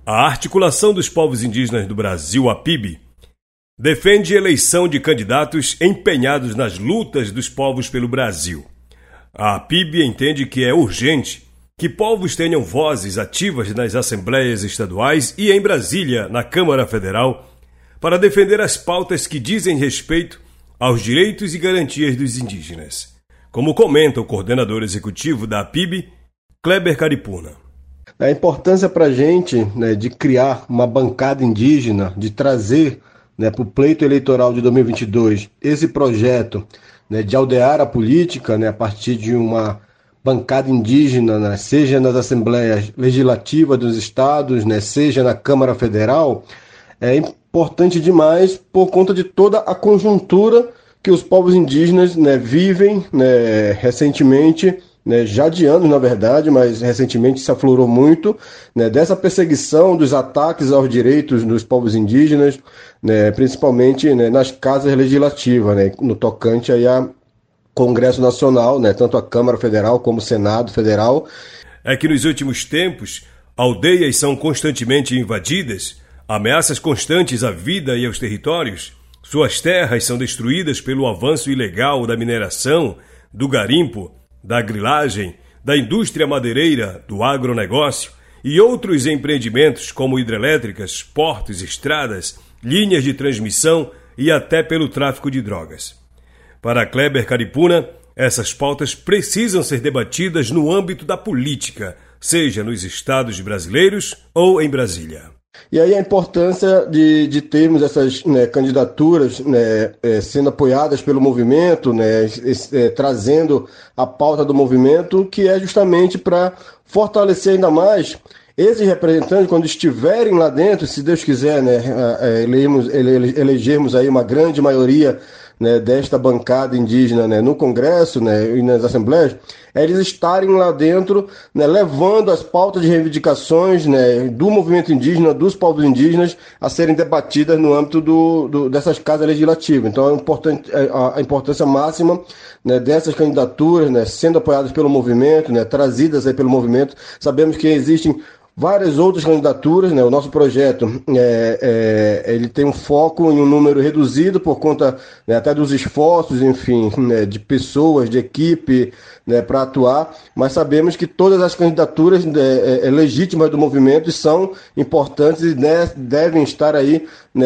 A Articulação dos Povos Indígenas do Brasil, a PIB, defende eleição de candidatos empenhados nas lutas dos povos pelo Brasil. A PIB entende que é urgente que povos tenham vozes ativas nas assembleias estaduais e em Brasília, na Câmara Federal, para defender as pautas que dizem respeito aos direitos e garantias dos indígenas. Como comenta o coordenador executivo da PIB, Kleber Caripuna. A importância para a gente, de criar uma bancada indígena, de trazer para o pleito eleitoral de 2022 esse projeto de aldear a política a partir de uma bancada indígena, seja nas assembleias legislativas dos estados, seja na Câmara Federal, é importante demais por conta de toda a conjuntura que os povos indígenas vivem recentemente, já de anos, na verdade, mas recentemente se aflorou muito, dessa perseguição, dos ataques aos direitos dos povos indígenas, principalmente nas casas legislativas, no tocante aí a Congresso Nacional, tanto a Câmara Federal como o Senado Federal. É que nos últimos tempos, aldeias são constantemente invadidas, ameaças constantes à vida e aos territórios, suas terras são destruídas pelo avanço ilegal da mineração, do garimpo, da grilagem, da indústria madeireira, do agronegócio e outros empreendimentos como hidrelétricas, portos, estradas, linhas de transmissão e até pelo tráfico de drogas. Para Kleber Caripuna, essas pautas precisam ser debatidas no âmbito da política, seja nos estados brasileiros ou em Brasília. E aí a importância de termos essas candidaturas sendo apoiadas pelo movimento, trazendo a pauta do movimento, que é justamente para fortalecer ainda mais esses representantes, quando estiverem lá dentro, se Deus quiser, elegermos aí uma grande maioria desta bancada indígena no Congresso e nas assembleias, eles estarem lá dentro levando as pautas de reivindicações do movimento indígena, dos povos indígenas, a serem debatidas no âmbito dessas casas legislativas. Então é importante a importância máxima dessas candidaturas sendo apoiadas pelo movimento, trazidas aí pelo movimento. Sabemos que existem várias outras candidaturas, o nosso projeto ele tem um foco em um número reduzido por conta até dos esforços, enfim, de pessoas, de equipe, para atuar, mas sabemos que todas as candidaturas legítimas do movimento são importantes e devem estar aí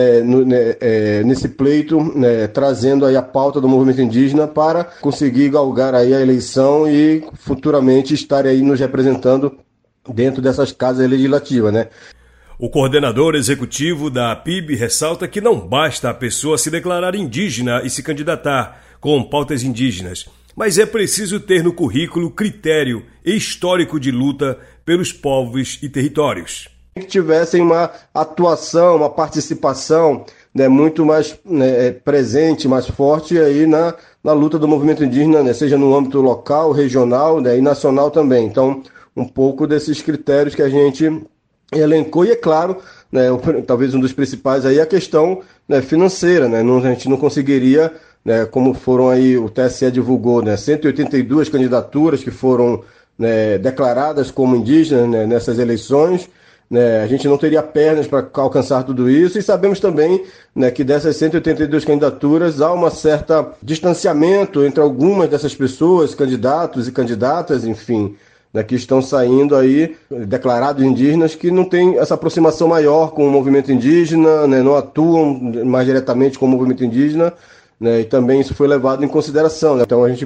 nesse pleito, trazendo aí a pauta do movimento indígena para conseguir galgar aí a eleição e futuramente estar aí nos representando dentro dessas casas legislativas, O coordenador executivo da PIB ressalta que não basta a pessoa se declarar indígena e se candidatar com pautas indígenas, mas é preciso ter no currículo critério e histórico de luta pelos povos e territórios. Que tivessem uma atuação, uma participação muito mais presente, mais forte aí na luta do movimento indígena, seja no âmbito local, regional e nacional também. Então, um pouco desses critérios que a gente elencou, e é claro, talvez um dos principais aí é a questão financeira, a gente não conseguiria, como foram aí, o TSE divulgou, 182 candidaturas que foram declaradas como indígenas nessas eleições, a gente não teria pernas para alcançar tudo isso, e sabemos também que dessas 182 candidaturas há um certo distanciamento entre algumas dessas pessoas, candidatos e candidatas, enfim, que estão saindo aí, declarados indígenas, que não têm essa aproximação maior com o movimento indígena, não atuam mais diretamente com o movimento indígena, e também isso foi levado em consideração. Então a gente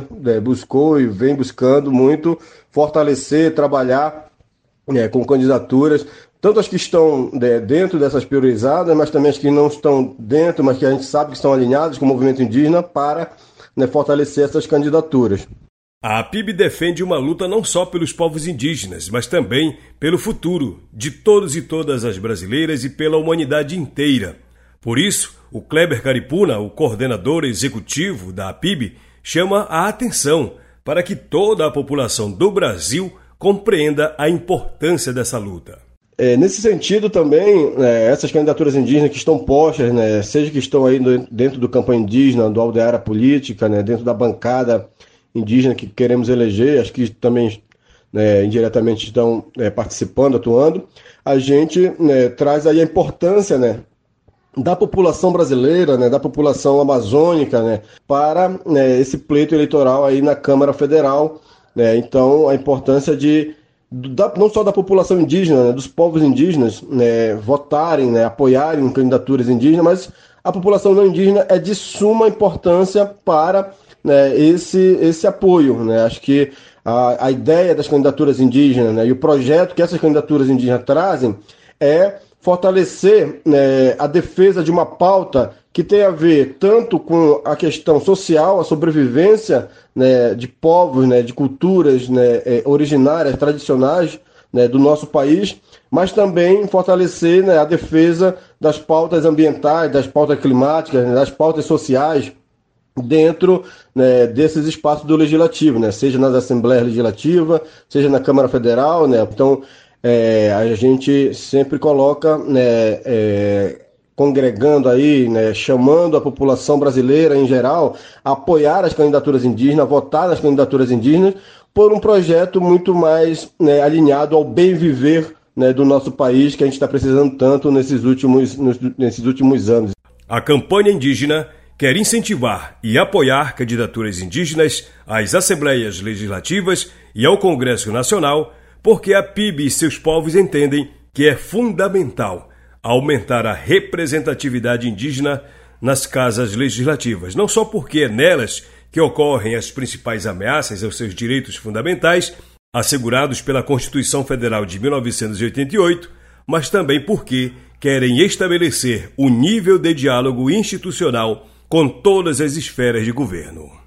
buscou e vem buscando muito fortalecer, trabalhar com candidaturas, tanto as que estão dentro dessas priorizadas, mas também as que não estão dentro, mas que a gente sabe que estão alinhadas com o movimento indígena, para fortalecer essas candidaturas. A PIB defende uma luta não só pelos povos indígenas, mas também pelo futuro de todos e todas as brasileiras e pela humanidade inteira. Por isso, o Kleber Caripuna, o coordenador executivo da PIB, chama a atenção para que toda a população do Brasil compreenda a importância dessa luta. Nesse sentido também, essas candidaturas indígenas que estão postas, seja que estão aí dentro do campo indígena, do aldear a política, dentro da bancada indígena que queremos eleger, acho que também indiretamente estão participando, atuando, a gente traz aí a importância, da população brasileira, da população amazônica, para esse pleito eleitoral aí na Câmara Federal. Então, a importância não só da população indígena, dos povos indígenas votarem, apoiarem candidaturas indígenas, mas a população não indígena é de suma importância para esse apoio. Acho que a ideia das candidaturas indígenas e o projeto que essas candidaturas indígenas trazem é fortalecer a defesa de uma pauta que tem a ver tanto com a questão social, a sobrevivência de povos, de culturas originárias, tradicionais do nosso país, mas também fortalecer a defesa das pautas ambientais, das pautas climáticas, das pautas sociais dentro desses espaços do Legislativo, seja nas Assembleias Legislativas, seja na Câmara Federal. Então, a gente sempre coloca congregando aí, chamando a população brasileira em geral a apoiar as candidaturas indígenas, a votar nas candidaturas indígenas, por um projeto muito mais alinhado ao bem viver do nosso país, que a gente está precisando tanto nesses últimos anos. A campanha indígena quer incentivar e apoiar candidaturas indígenas às Assembleias Legislativas e ao Congresso Nacional, porque a PIB e seus povos entendem que é fundamental aumentar a representatividade indígena nas casas legislativas, não só porque é nelas que ocorrem as principais ameaças aos seus direitos fundamentais, assegurados pela Constituição Federal de 1988, mas também porque querem estabelecer um nível de diálogo institucional com todas as esferas de governo.